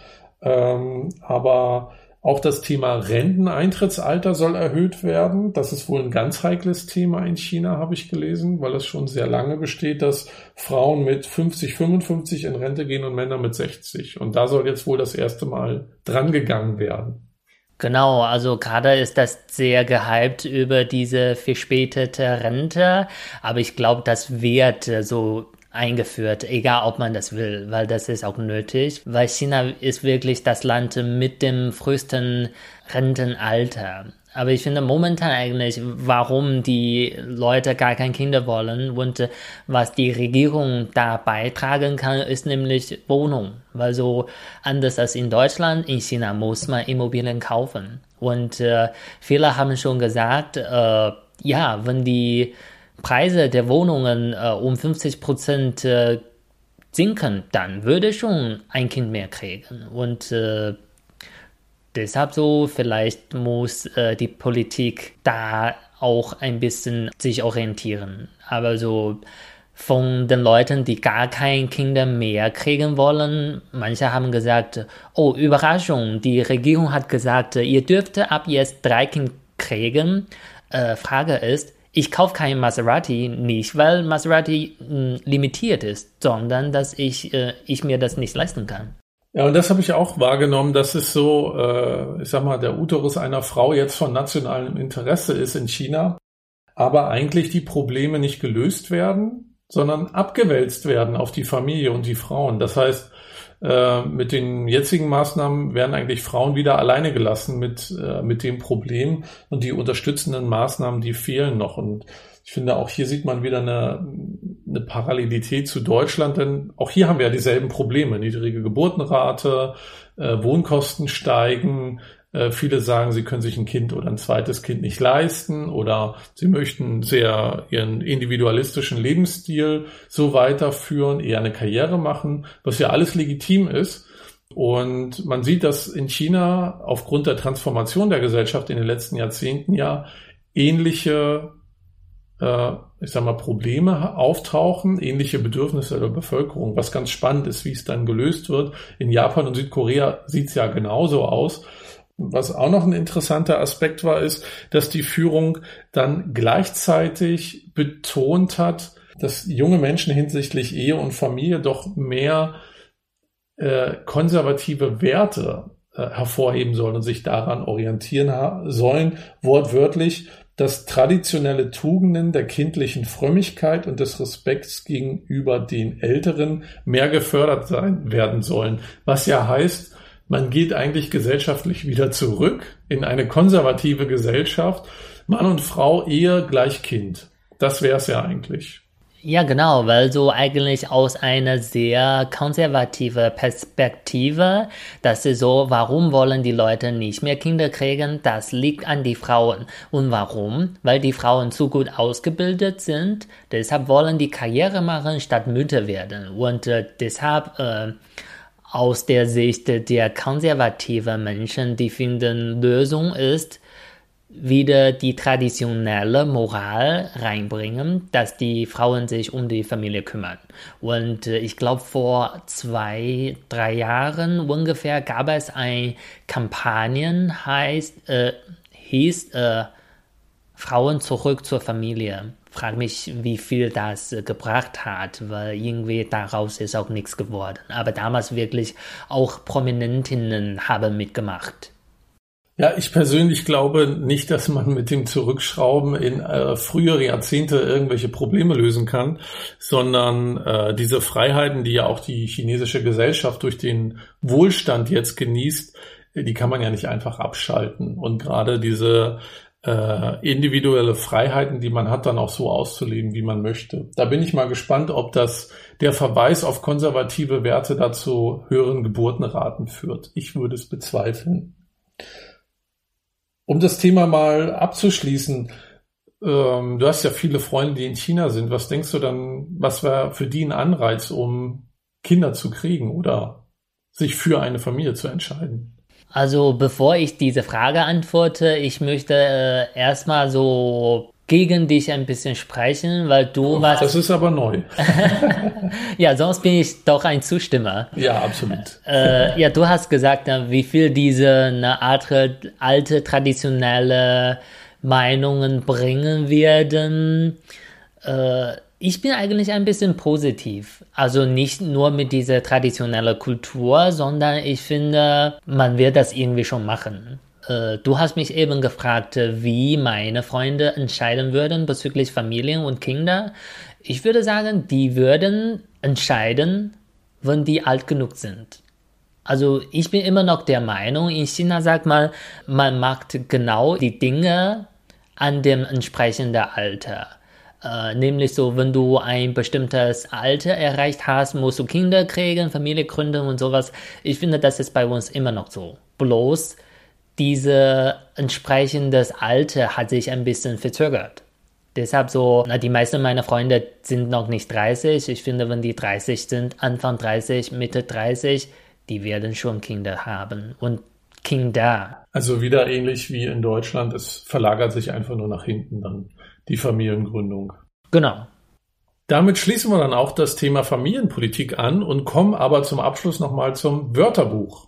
Aber auch das Thema Renteneintrittsalter soll erhöht werden. Das ist wohl ein ganz heikles Thema in China, habe ich gelesen, weil es schon sehr lange besteht, dass Frauen mit 50, 55 in Rente gehen und Männer mit 60. Und da soll jetzt wohl das erste Mal dran gegangen werden. Genau, also gerade ist das sehr gehypt über diese verspätete Rente, aber ich glaube, das wird so eingeführt, egal ob man das will, weil das ist auch nötig, weil China ist wirklich das Land mit dem frühesten Rentenalter. Aber ich finde momentan eigentlich, warum die Leute gar keine Kinder wollen und was die Regierung da beitragen kann, ist nämlich Wohnung. Weil so anders als in Deutschland, in China muss man Immobilien kaufen. Und viele haben schon gesagt, wenn die Preise der Wohnungen um 50% sinken, dann würde schon ein Kind mehr kriegen. Und deshalb so, vielleicht muss die Politik da auch ein bisschen sich orientieren. Aber so von den Leuten, die gar keine Kinder mehr kriegen wollen, manche haben gesagt, oh, Überraschung, die Regierung hat gesagt, ihr dürft ab jetzt 3 Kinder kriegen. Frage ist, ich kaufe kein Maserati nicht, weil Maserati limitiert ist, sondern dass ich mir das nicht leisten kann. Ja, und das habe ich auch wahrgenommen, dass es so, ich sag mal, der Uterus einer Frau jetzt von nationalem Interesse ist in China, aber eigentlich die Probleme nicht gelöst werden, sondern abgewälzt werden auf die Familie und die Frauen. Das heißt, mit den jetzigen Maßnahmen werden eigentlich Frauen wieder alleine gelassen mit dem Problem und die unterstützenden Maßnahmen, die fehlen noch. Und ich finde, auch hier sieht man wieder eine Parallelität zu Deutschland, denn auch hier haben wir ja dieselben Probleme. Niedrige Geburtenrate, Wohnkosten steigen. Viele sagen, sie können sich ein Kind oder ein zweites Kind nicht leisten oder sie möchten ihren individualistischen Lebensstil so weiterführen, eher eine Karriere machen, was ja alles legitim ist. Und man sieht, dass in China aufgrund der Transformation der Gesellschaft in den letzten Jahrzehnten ja ähnliche Probleme auftauchen, ähnliche Bedürfnisse der Bevölkerung, was ganz spannend ist, wie es dann gelöst wird. In Japan und Südkorea sieht es ja genauso aus. Was auch noch ein interessanter Aspekt war, ist, dass die Führung dann gleichzeitig betont hat, dass junge Menschen hinsichtlich Ehe und Familie doch mehr konservative Werte hervorheben sollen und sich daran orientieren sollen, wortwörtlich, dass traditionelle Tugenden der kindlichen Frömmigkeit und des Respekts gegenüber den Älteren mehr gefördert werden sollen. Was ja heißt, man geht eigentlich gesellschaftlich wieder zurück in eine konservative Gesellschaft. Mann und Frau, Ehe gleich Kind. Das wäre es ja eigentlich. Ja, genau, weil so eigentlich aus einer sehr konservativen Perspektive, das ist so, warum wollen die Leute nicht mehr Kinder kriegen? Das liegt an die Frauen. Und warum? Weil die Frauen zu gut ausgebildet sind, deshalb wollen die Karriere machen, statt Mütter werden. Und deshalb aus der Sicht der konservativen Menschen, die finden, Lösung ist, wieder die traditionelle Moral reinbringen, dass die Frauen sich um die Familie kümmern. Und ich glaube, vor 2-3 Jahren ungefähr gab es eine Kampagne, hieß Frauen zurück zur Familie. Frag mich, wie viel das gebracht hat, weil irgendwie daraus ist auch nichts geworden. Aber damals wirklich auch Prominentinnen haben mitgemacht. Ja, ich persönlich glaube nicht, dass man mit dem Zurückschrauben in frühere Jahrzehnte irgendwelche Probleme lösen kann, sondern diese Freiheiten, die ja auch die chinesische Gesellschaft durch den Wohlstand jetzt genießt, die kann man ja nicht einfach abschalten. Und gerade diese individuelle Freiheiten, die man hat, dann auch so auszuleben, wie man möchte. Da bin ich mal gespannt, ob der Verweis auf konservative Werte dazu höheren Geburtenraten führt. Ich würde es bezweifeln. Um das Thema mal abzuschließen, du hast ja viele Freunde, die in China sind. Was denkst du dann, was wäre für die ein Anreiz, um Kinder zu kriegen oder sich für eine Familie zu entscheiden? Also bevor ich diese Frage antworte, ich möchte erstmal so gegen dich ein bisschen sprechen, weil du warst... Das ist aber neu. Ja, sonst bin ich doch ein Zustimmer. Ja, absolut. Ja, du hast gesagt, wie viel diese eine Art alte, traditionelle Meinungen bringen werden. Ich bin eigentlich ein bisschen positiv. Also nicht nur mit dieser traditionellen Kultur, sondern ich finde, man wird das irgendwie schon machen. Du hast mich eben gefragt, wie meine Freunde entscheiden würden bezüglich Familien und Kinder. Ich würde sagen, die würden entscheiden, wenn die alt genug sind. Also ich bin immer noch der Meinung, in China sagt man macht genau die Dinge an dem entsprechenden Alter. Nämlich so, wenn du ein bestimmtes Alter erreicht hast, musst du Kinder kriegen, Familie gründen und sowas. Ich finde, das ist bei uns immer noch so. Bloß dieses entsprechendes Alter hat sich ein bisschen verzögert. Deshalb so, die meisten meiner Freunde sind noch nicht 30. Ich finde, wenn die 30 sind, Anfang 30, Mitte 30, die werden schon Kinder haben. Und Kinder. Also wieder ähnlich wie in Deutschland. Es verlagert sich einfach nur nach hinten dann die Familiengründung. Genau. Damit schließen wir dann auch das Thema Familienpolitik an und kommen aber zum Abschluss nochmal zum Wörterbuch.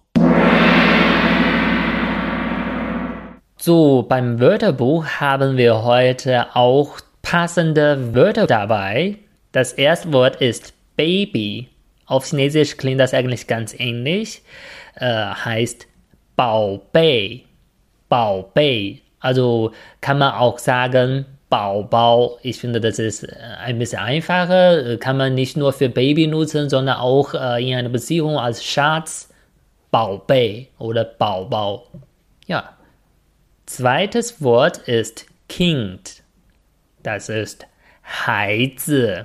So, beim Wörterbuch haben wir heute auch passende Wörter dabei. Das erste Wort ist Baby. Auf Chinesisch klingt das eigentlich ganz ähnlich. Heißt Bao Bei. Bao Bei. Also kann man auch sagen Bao Bao. Ich finde, das ist ein bisschen einfacher. Kann man nicht nur für Baby nutzen, sondern auch in einer Beziehung als Schatz. Bao Bei oder Bao Bao. Ja. Zweites Wort ist Kind. Das ist 孩子.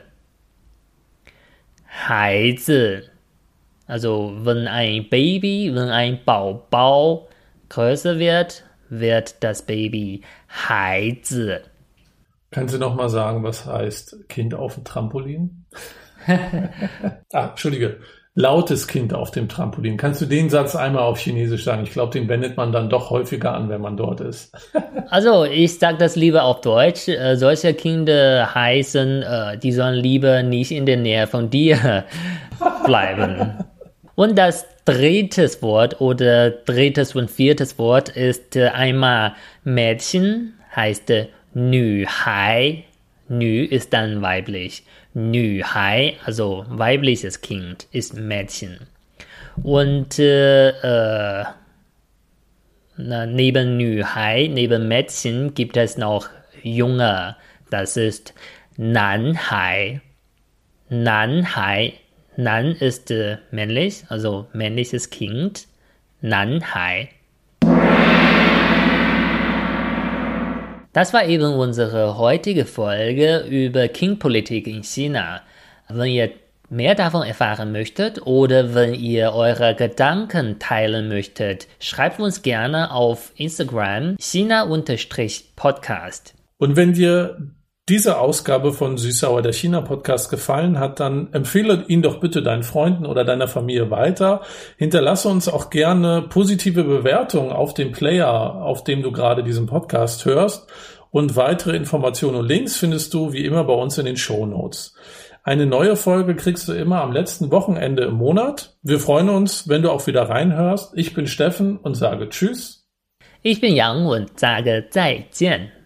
孩子. Also wenn ein Baby, wenn ein Baobao größer wird, wird das Baby 孩子. Kannst du noch mal sagen, was heißt Kind auf dem Trampolin? Entschuldige. Lautes Kind auf dem Trampolin. Kannst du den Satz einmal auf Chinesisch sagen? Ich glaube, den wendet man dann doch häufiger an, wenn man dort ist. Also, ich sage das lieber auf Deutsch. Solche Kinder heißen, die sollen lieber nicht in der Nähe von dir bleiben. Und das drittes Wort oder drittes und viertes Wort ist einmal Mädchen, heißt Nü Hai. Nü ist dann weiblich. Nü Hai, also weibliches Kind, ist Mädchen. Und neben Nü Hai, neben Mädchen gibt es noch Junge. Das ist Nan Hai. Nan Hai. Nan ist männlich, also männliches Kind. Nan Hai. Das war eben unsere heutige Folge über King-Politik in China. Wenn ihr mehr davon erfahren möchtet oder wenn ihr eure Gedanken teilen möchtet, schreibt uns gerne auf Instagram China_Podcast. Und wenn dir diese Ausgabe von Süß-Sauer, der China-Podcast, gefallen hat, dann empfehle ihn doch bitte deinen Freunden oder deiner Familie weiter. Hinterlasse uns auch gerne positive Bewertungen auf dem Player, auf dem du gerade diesen Podcast hörst. Und weitere Informationen und Links findest du wie immer bei uns in den Shownotes. Eine neue Folge kriegst du immer am letzten Wochenende im Monat. Wir freuen uns, wenn du auch wieder reinhörst. Ich bin Steffen und sage Tschüss. Ich bin Yang und sage 再见.